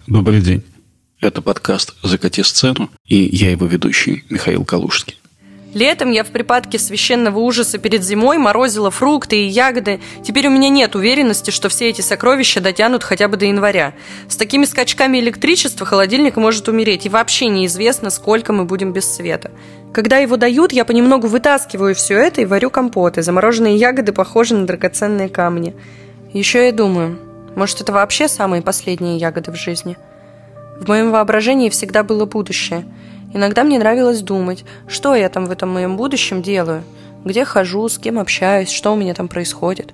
Добрый день. Это подкаст «Закати сцену», и я его ведущий Михаил Калужский. Летом я в припадке священного ужаса перед зимой морозила фрукты и ягоды. Теперь у меня нет уверенности, что все эти сокровища дотянут хотя бы до января. С такими скачками электричества холодильник может умереть, и вообще неизвестно, сколько мы будем без света. Когда его дают, я понемногу вытаскиваю все это и варю компоты. Замороженные ягоды похожи на драгоценные камни. Еще я думаю, может, это вообще самые последние ягоды в жизни? В моем воображении всегда было будущее. Иногда мне нравилось думать, что я там в этом моем будущем делаю, где хожу, с кем общаюсь, что у меня там происходит.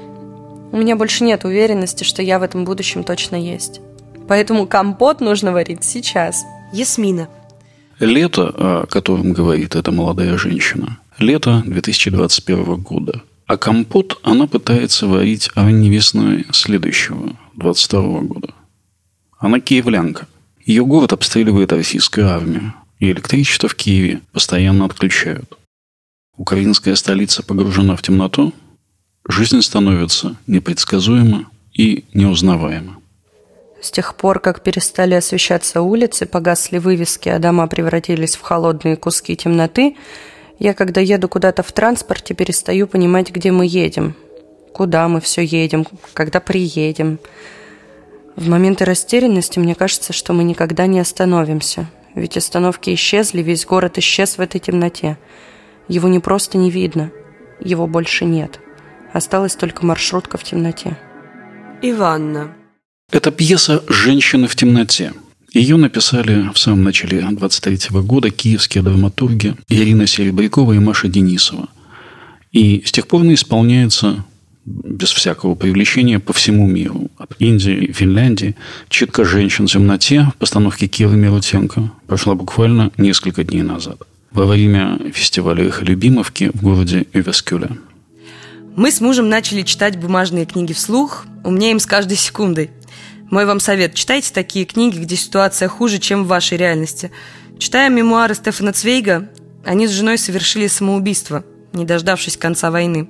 У меня больше нет уверенности, что я в этом будущем точно есть. Поэтому компот нужно варить сейчас. Ясмина. Лето, о котором говорит эта молодая женщина, лето 2021 года. А компот она пытается варить ранней весной следующего, 2022 года. Она киевлянка. Ее город обстреливает российская армия. И электричество в Киеве постоянно отключают. Украинская столица погружена в темноту, жизнь становится непредсказуема и неузнаваема. С тех пор, как перестали освещаться улицы, погасли вывески, а дома превратились в холодные куски темноты, я, когда еду куда-то в транспорте, перестаю понимать, где мы едем, куда мы все едем, когда приедем. В моменты растерянности мне кажется, что мы никогда не остановимся. Ведь остановки исчезли, весь город исчез в этой темноте. Его не просто не видно, его больше нет. Осталась только маршрутка в темноте. Иванна. Это пьеса «Женщины в темноте». Ее написали в самом начале 23 года киевские драматурги Ирина Серебрякова и Маша Денисова. И с тех пор она исполняется без всякого привлечения по всему миру. От Индии и Финляндии. Читка «Женщин в темноте» в постановке Киры Мирутенко прошла буквально несколько дней назад. Во время фестиваля «Эхо Любимовки» в городе Uvescula. Мы с мужем начали читать бумажные книги вслух, умнеем с каждой секундой. Мой вам совет: читайте такие книги, где ситуация хуже, чем в вашей реальности. Читая мемуары Стефана Цвейга, они с женой совершили самоубийство, не дождавшись конца войны.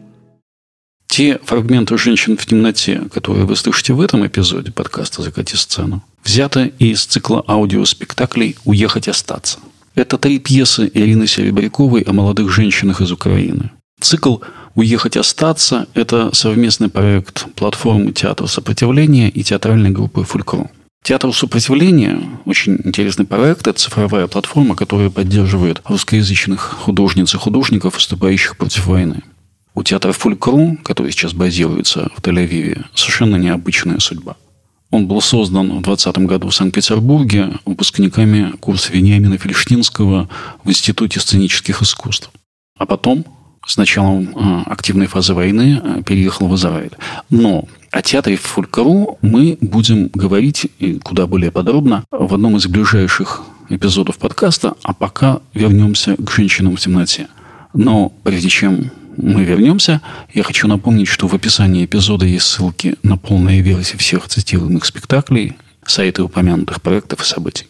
Те фрагменты «Женщин в темноте», которые вы слышите в этом эпизоде подкаста «Закати сцену», взяты из цикла аудиоспектаклей «Уехать остаться». Это 3 пьесы Ирины Серебряковой о молодых женщинах из Украины. Цикл «Уехать остаться» – это совместный проект платформы «Театр сопротивления» и театральной группы «Фулькру». «Театр сопротивления» – очень интересный проект. Это цифровая платформа, которая поддерживает русскоязычных художниц и художников, выступающих против войны. У театра «Фулькру», который сейчас базируется в Тель-Авиве, совершенно необычная судьба. Он был создан в 2020 году в Санкт-Петербурге выпускниками курса Вениамина Фельштинского в Институте сценических искусств. А потом, с началом активной фазы войны, переехал в Израиль. Но о театре «Фулькру» мы будем говорить и куда более подробно в одном из ближайших эпизодов подкаста, а пока вернемся к «Женщинам в темноте». Но прежде чем мы вернемся, я хочу напомнить, что в описании эпизода есть ссылки на полные версии всех цитируемых спектаклей, сайты упомянутых проектов и событий.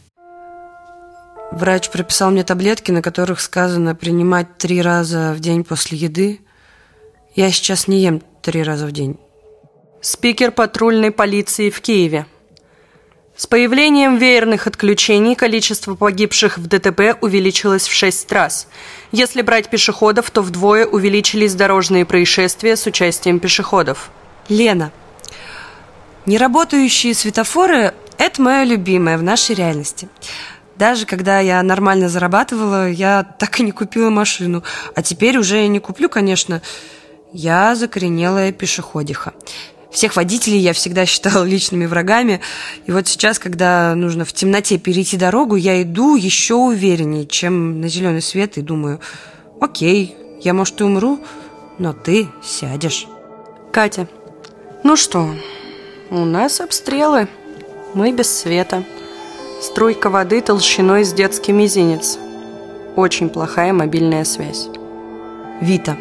Врач прописал мне таблетки, на которых сказано принимать 3 раза в день после еды. Я сейчас не ем 3 раза в день. Спикер патрульной полиции в Киеве. С появлением веерных отключений количество погибших в ДТП увеличилось в 6 раз. Если брать пешеходов, то вдвое увеличились дорожные происшествия с участием пешеходов. Лена. Неработающие светофоры – это мое любимое в нашей реальности. Даже когда я нормально зарабатывала, я так и не купила машину. А теперь уже не куплю, конечно. Я закоренелая пешеходиха. Всех водителей я всегда считала личными врагами. И вот сейчас, когда нужно в темноте перейти дорогу, я иду еще увереннее, чем на зеленый свет, и думаю: окей, я, может, и умру, но ты сядешь. Катя. Ну что, у нас обстрелы. Мы без света. Струйка воды толщиной с детский мизинец. Очень плохая мобильная связь. Вита.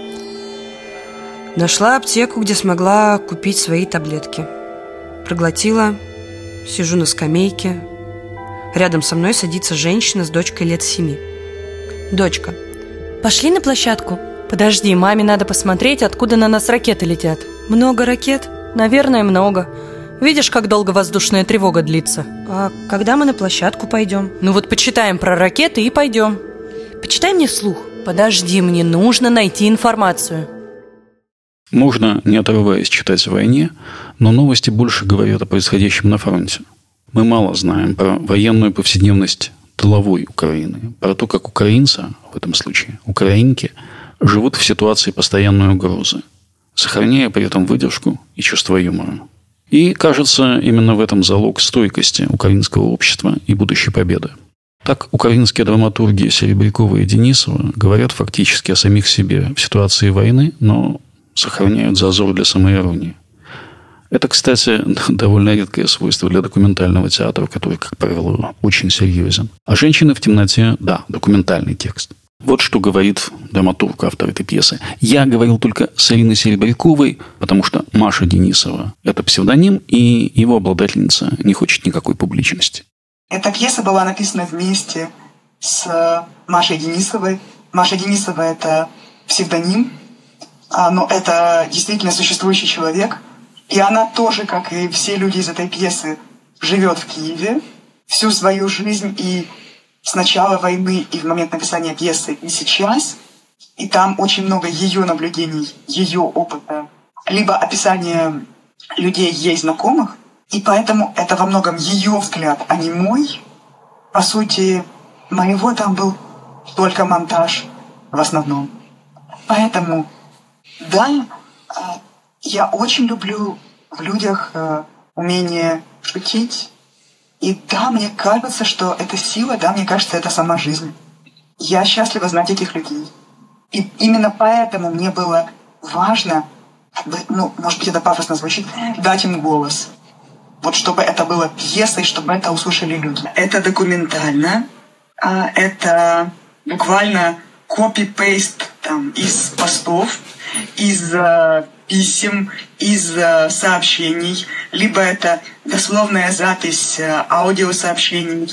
Нашла аптеку, где смогла купить свои таблетки. Проглотила, сижу на скамейке. Рядом со мной садится женщина с дочкой лет 7. Дочка: пошли на площадку. Подожди, маме надо посмотреть, откуда на нас ракеты летят. Много ракет? Наверное, много. Видишь, как долго воздушная тревога длится? А когда мы на площадку пойдем? Ну вот почитаем про ракеты и пойдем. Почитай мне вслух. Подожди, мне нужно найти информацию. Можно, не отрываясь, читать о войне, но новости больше говорят о происходящем на фронте. Мы мало знаем про военную повседневность тыловой Украины, про то, как украинцы, в этом случае украинки, живут в ситуации постоянной угрозы, сохраняя при этом выдержку и чувство юмора. И, кажется, именно в этом залог стойкости украинского общества и будущей победы. Так, украинские драматурги Серебрякова и Денисова говорят фактически о самих себе в ситуации войны, но сохраняют зазор для самоиронии. Это, кстати, довольно редкое свойство для документального театра, который, как правило, очень серьезен. А «Женщины в темноте» – да, документальный текст. Вот что говорит драматург, автор этой пьесы. Я говорил только с Ириной Серебряковой, потому что Маша Денисова – это псевдоним, и его обладательница не хочет никакой публичности. Эта пьеса была написана вместе с Машей Денисовой. Маша Денисова – это псевдоним, но это действительно существующий человек. И она тоже, как и все люди из этой пьесы, живет в Киеве всю свою жизнь и с начала войны, и в момент написания пьесы, и сейчас. И там очень много ее наблюдений, ее опыта, либо описания людей, ей знакомых. И поэтому это во многом ее взгляд, а не мой. По сути, моего там был только монтаж в основном. Поэтому, да, я очень люблю в людях умение шутить. И да, мне кажется, что это сила, да, мне кажется, это сама жизнь. Я счастлива знать этих людей. И именно поэтому мне было важно, может быть, это пафосно звучит, дать им голос. Вот чтобы это было пьесой, чтобы это услышали люди. Это документально, это буквально копи-пейст из постов, из писем, из сообщений, либо это дословная запись аудиосообщений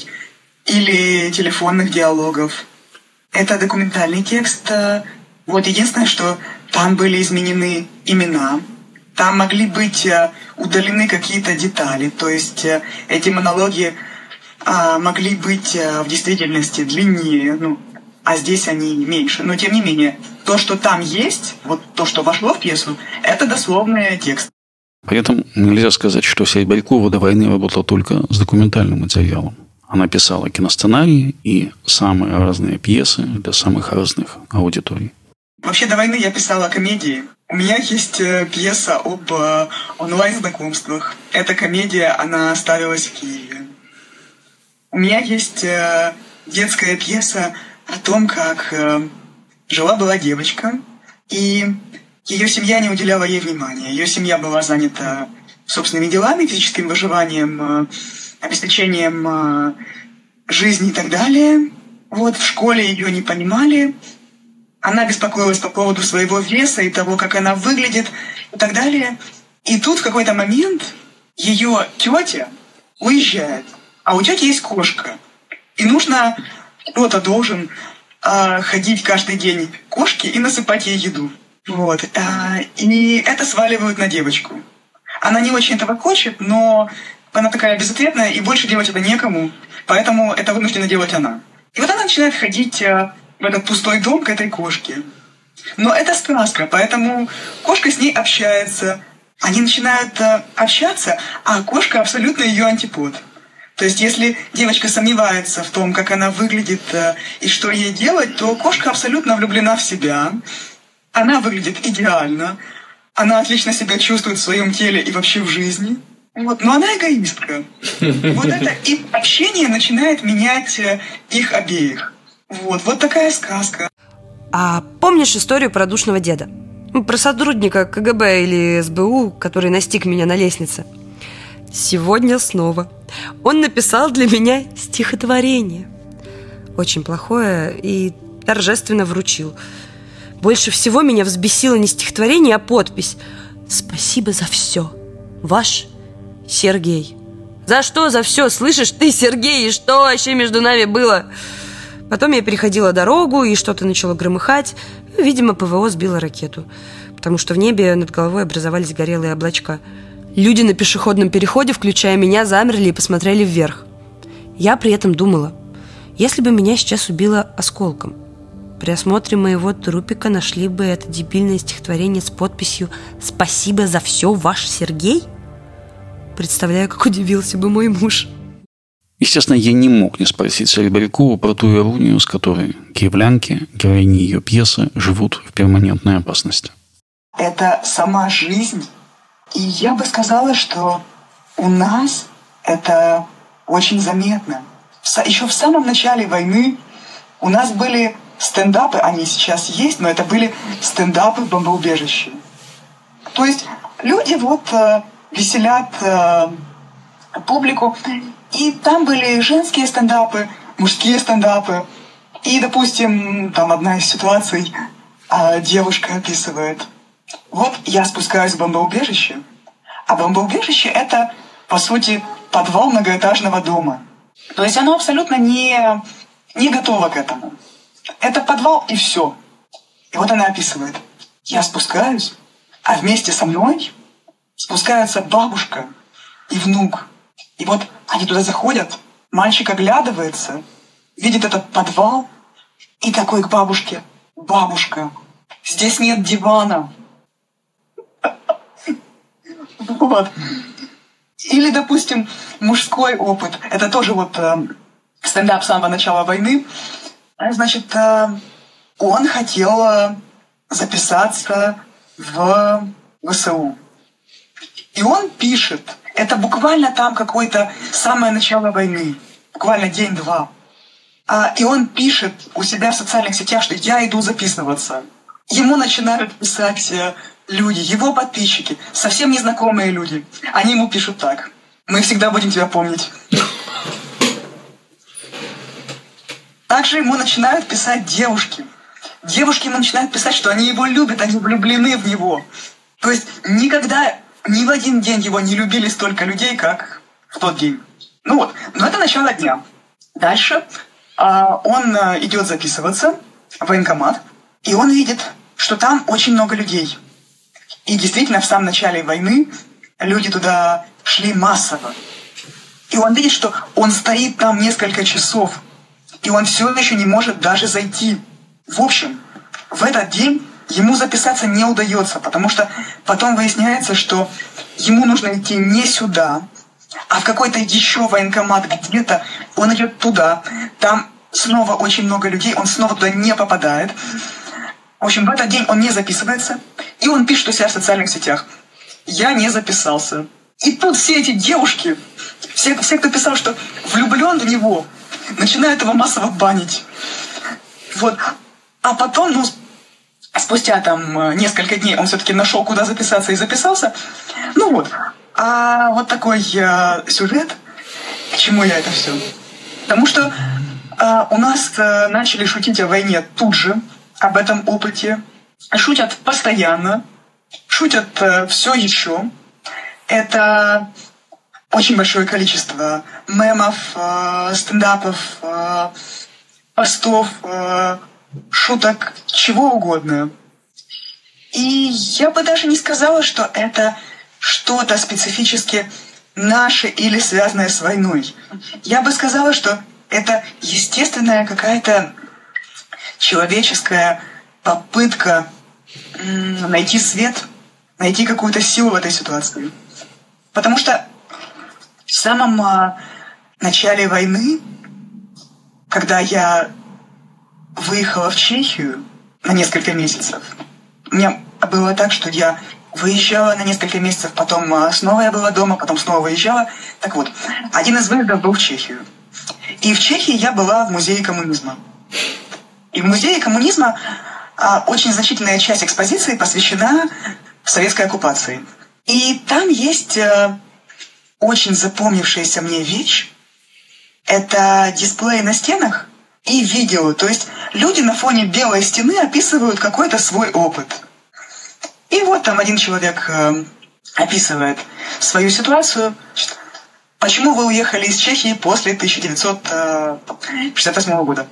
или телефонных диалогов. Это документальный текст. Вот единственное, что там были изменены имена, там могли быть удалены какие-то детали, то есть эти монологи могли быть в действительности длиннее, а здесь они меньше. Но тем не менее, то, что там есть, вот то, что вошло в пьесу, это дословный текст. При этом нельзя сказать, что Серебрякова до войны работала только с документальным материалом. Она писала киносценарии и самые разные пьесы для самых разных аудиторий. Вообще до войны я писала комедии. У меня есть пьеса об онлайн-знакомствах. Эта комедия, она ставилась в Киеве. У меня есть детская пьеса о том, как жила-была девочка, и ее семья не уделяла ей внимания. Ее семья была занята собственными делами, физическим выживанием, обеспечением жизни и так далее. Вот в школе ее не понимали. Она беспокоилась по поводу своего веса и того, как она выглядит и так далее. И тут в какой-то момент ее тетя уезжает, а у тети есть кошка. И кто-то должен ходить каждый день к кошке и насыпать ей еду. Вот. И это сваливают на девочку. Она не очень этого хочет, но она такая безответная, и больше делать это некому, поэтому это вынуждена делать она. И вот она начинает ходить в этот пустой дом к этой кошке. Но это сказка, поэтому кошка с ней общается. Они начинают общаться, а кошка абсолютно ее антипод. То есть, если девочка сомневается в том, как она выглядит и что ей делать, то кошка абсолютно влюблена в себя. Она выглядит идеально. Она отлично себя чувствует в своем теле и вообще в жизни. Вот. Но она эгоистка. Вот это их общение начинает менять их обеих. Вот такая сказка. А помнишь историю про душного деда? Про сотрудника КГБ или СБУ, который настиг меня на лестнице. Сегодня снова. Он написал для меня стихотворение. Очень плохое, и торжественно вручил. Больше всего меня взбесило не стихотворение, а подпись: «Спасибо за все. Ваш Сергей». За что за все? Слышишь ты, Сергей, и что вообще между нами было? Потом я переходила дорогу, и что-то начало громыхать. Видимо, ПВО сбило ракету, потому что в небе над головой образовались горелые облачка. Люди на пешеходном переходе, включая меня, замерли и посмотрели вверх. Я при этом думала, если бы меня сейчас убило осколком, при осмотре моего трупика нашли бы это дебильное стихотворение с подписью «Спасибо за все, ваш Сергей». Представляю, как удивился бы мой муж. Естественно, я не мог не спросить Серебрякову про ту иронию, с которой киевлянки, героини ее пьесы, живут в перманентной опасности. Это сама жизнь. И я бы сказала, что у нас это очень заметно. Еще в самом начале войны у нас были стендапы, они сейчас есть, но это были стендапы в бомбоубежище. То есть люди веселят публику, и там были женские стендапы, мужские стендапы. И, допустим, там одна из ситуаций, девушка описывает: вот я спускаюсь в бомбоубежище, а бомбоубежище — это, по сути, подвал многоэтажного дома. То есть оно абсолютно не готово к этому. Это подвал и все. И вот она описывает: я спускаюсь, а вместе со мной спускаются бабушка и внук. И вот они туда заходят, мальчик оглядывается, видит этот подвал и такой к бабушке: бабушка, здесь нет дивана. Вот. Или, допустим, мужской опыт. Это тоже стендап с самого начала войны. Значит, он хотел записаться в ВСУ. И он пишет, это буквально там какое-то самое начало войны, буквально день-два. И он пишет у себя в социальных сетях, что я иду записываться. Ему начинают писать люди, его подписчики, совсем незнакомые люди. Они ему пишут так: мы всегда будем тебя помнить. Также ему начинают писать девушки. Девушки ему начинают писать, что они его любят, они влюблены в него. То есть никогда, ни в один день его не любили столько людей, как в тот день. Но это начало дня. Дальше он идет записываться в военкомат, и он видит, что там очень много людей. И действительно, в самом начале войны люди туда шли массово. И он видит, что он стоит там несколько часов, и он все еще не может даже зайти. В общем, в этот день ему записаться не удается, потому что потом выясняется, что ему нужно идти не сюда, а в какой-то еще военкомат где-то. Он идет туда, там снова очень много людей, он снова туда не попадает. В общем, в этот день он не записывается, и он пишет у себя в социальных сетях: я не записался. И тут все эти девушки, все, кто писал, что влюблен в него, начинают его массово банить. Вот. А потом, спустя там несколько дней он все-таки нашел, куда записаться, и записался. А вот такой сюжет. К чему я это все? Потому что у нас начали шутить о войне тут же, об этом опыте. Шутят постоянно, шутят все еще. Это очень большое количество мемов, стендапов, постов, шуток, чего угодно. И я бы даже не сказала, что это что-то специфически наше или связанное с войной. Я бы сказала, что это естественная какая-то человеческая попытка найти свет, найти какую-то силу в этой ситуации. Потому что в самом начале войны, когда я выехала в Чехию на несколько месяцев, у меня было так, что я выезжала на несколько месяцев, потом снова я была дома, потом снова выезжала. Так вот, один из выездов был в Чехию. И в Чехии я была в музее коммунизма. И в музее коммунизма очень значительная часть экспозиции посвящена советской оккупации. И там есть очень запомнившаяся мне вещь. Это дисплей на стенах и видео. То есть люди на фоне белой стены описывают какой-то свой опыт. И вот там один человек описывает свою ситуацию. Почему вы уехали из Чехии после 1968 года?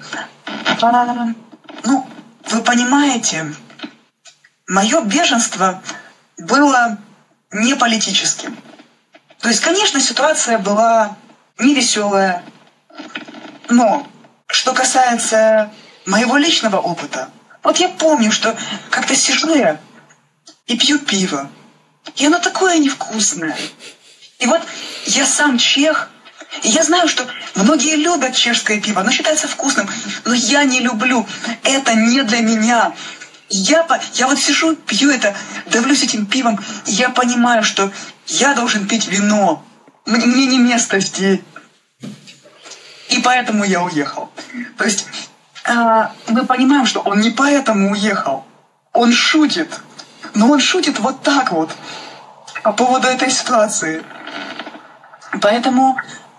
Вы понимаете, мое беженство было не политическим. То есть, конечно, ситуация была невеселая, но что касается моего личного опыта, вот я помню, что как-то сижу я и пью пиво, и оно такое невкусное. И вот я сам чех, и я знаю, что многие любят чешское пиво, оно считается вкусным, но я не люблю, это не для меня. Я вот сижу, пью это, давлюсь этим пивом, и я понимаю, что я должен пить вино. Мне не место здесь. И поэтому я уехал. То есть мы понимаем, что он не поэтому уехал. Он шутит. Но он шутит вот так вот по поводу этой ситуации. Поэтому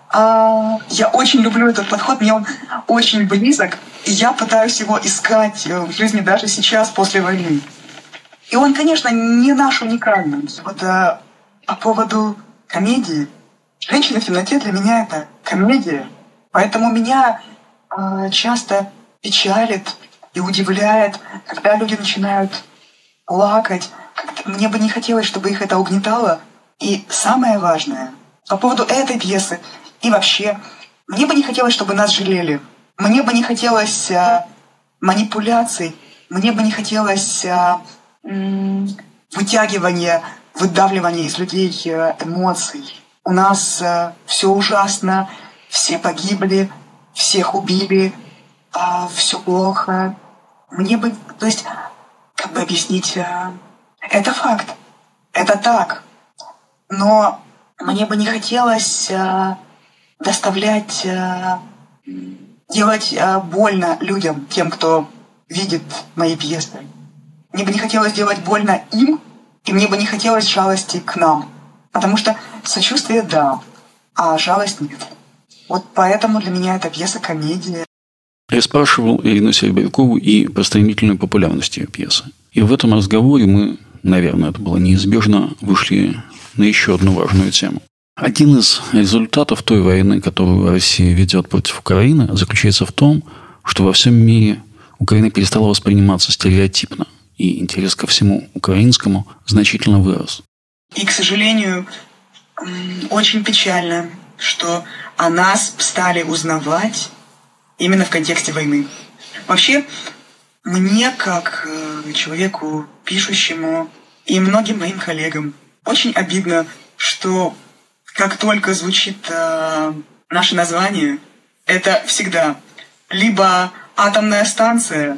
я очень люблю этот подход, мне он очень близок, и я пытаюсь его искать в жизни даже сейчас, после войны. И он, конечно, не наш уникальный. Вот по поводу комедии. «Женщина в темноте» для меня это комедия. Поэтому меня часто печалит и удивляет, когда люди начинают плакать. Мне бы не хотелось, чтобы их это угнетало. И самое важное, по поводу этой пьесы и вообще, мне бы не хотелось, чтобы нас жалели. Мне бы не хотелось манипуляций, мне бы не хотелось вытягивания, выдавливания из людей эмоций. У нас все ужасно, все погибли, всех убили, все плохо. Мне бы, то есть, как бы объяснить, это факт, это так. Но мне бы не хотелось доставлять, делать больно людям, тем, кто видит мои пьесы. Мне бы не хотелось делать больно им, и мне бы не хотелось жалости к нам. Потому что сочувствие – да, а жалость – нет. Вот поэтому для меня эта пьеса комедия. Я спрашивал Ирину Серебрякову и про стремительную популярность ее пьесы. И в этом разговоре мы, наверное, это было неизбежно, вышли на еще одну важную тему. Один из результатов той войны, которую Россия ведет против Украины, заключается в том, что во всем мире Украина перестала восприниматься стереотипно, и интерес ко всему украинскому значительно вырос. И, к сожалению, очень печально, что о нас стали узнавать именно в контексте войны. Вообще, мне, как человеку пишущему, и многим моим коллегам, очень обидно, что как только звучит наше название, это всегда либо атомная станция,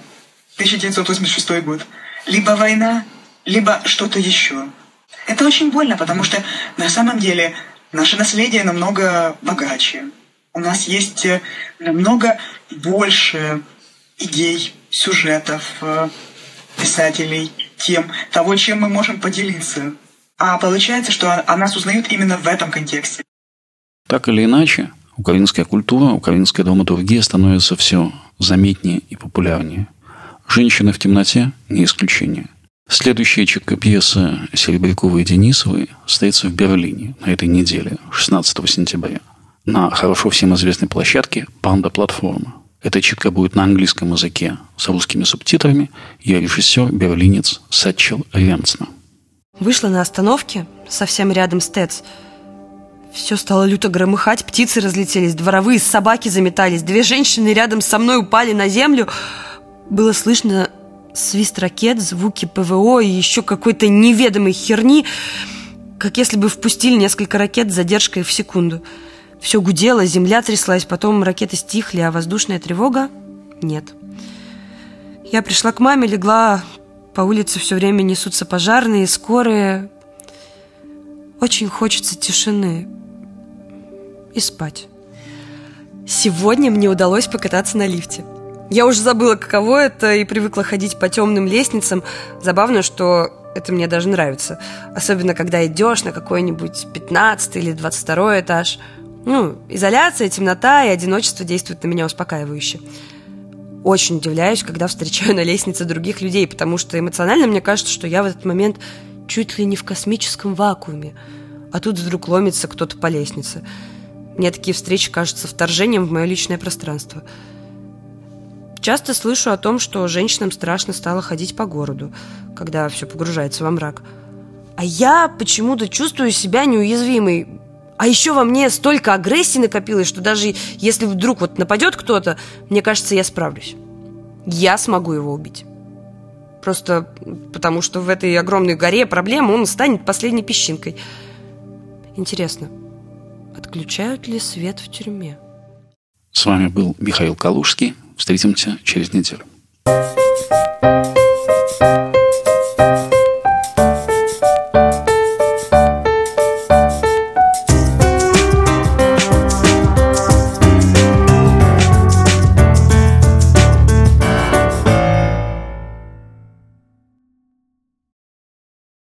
1986 год, либо война, либо что-то еще. Это очень больно, потому что на самом деле наше наследие намного богаче. У нас есть намного больше идей, сюжетов, писателей, тем, того, чем мы можем поделиться. А получается, что о нас узнают именно в этом контексте. Так или иначе, украинская культура, украинская драматургия становится все заметнее и популярнее. «Женщина в темноте» – не исключение. Следующая читка пьесы Серебряковой и Денисовой состоится в Берлине на этой неделе, 16 сентября, на хорошо всем известной площадке «Панда-платформа». Эта читка будет на английском языке с русскими субтитрами. Я режиссер, берлинец Сатчел Ренцна. Вышла на остановке, совсем рядом с ТЭЦ. Все стало люто громыхать, птицы разлетелись, дворовые собаки заметались, 2 женщины рядом со мной упали на землю. Было слышно свист ракет, звуки ПВО и еще какой-то неведомой херни, как если бы впустили несколько ракет с задержкой в секунду. Все гудело, земля тряслась, потом ракеты стихли, а воздушная тревога нет. Я пришла к маме, легла, по улице все время несутся пожарные, скорые. Очень хочется тишины и спать. Сегодня мне удалось покататься на лифте. Я уже забыла, каково это, и привыкла ходить по темным лестницам. Забавно, что это мне даже нравится. Особенно, когда идешь на какой-нибудь 15 или 22 этаж. Изоляция, темнота и одиночество действуют на меня успокаивающе. Очень удивляюсь, когда встречаю на лестнице других людей, потому что эмоционально мне кажется, что я в этот момент чуть ли не в космическом вакууме. А тут вдруг ломится кто-то по лестнице. Мне такие встречи кажутся вторжением в мое личное пространство. Часто слышу о том, что женщинам страшно стало ходить по городу, когда все погружается во мрак. А я почему-то чувствую себя неуязвимой. А еще во мне столько агрессии накопилось, что даже если вдруг вот нападет кто-то, мне кажется, я справлюсь. Я смогу его убить. Просто потому, что в этой огромной горе проблем он станет последней песчинкой. Интересно, отключают ли свет в тюрьме? С вами был Михаил Калужский. Встретимся через неделю.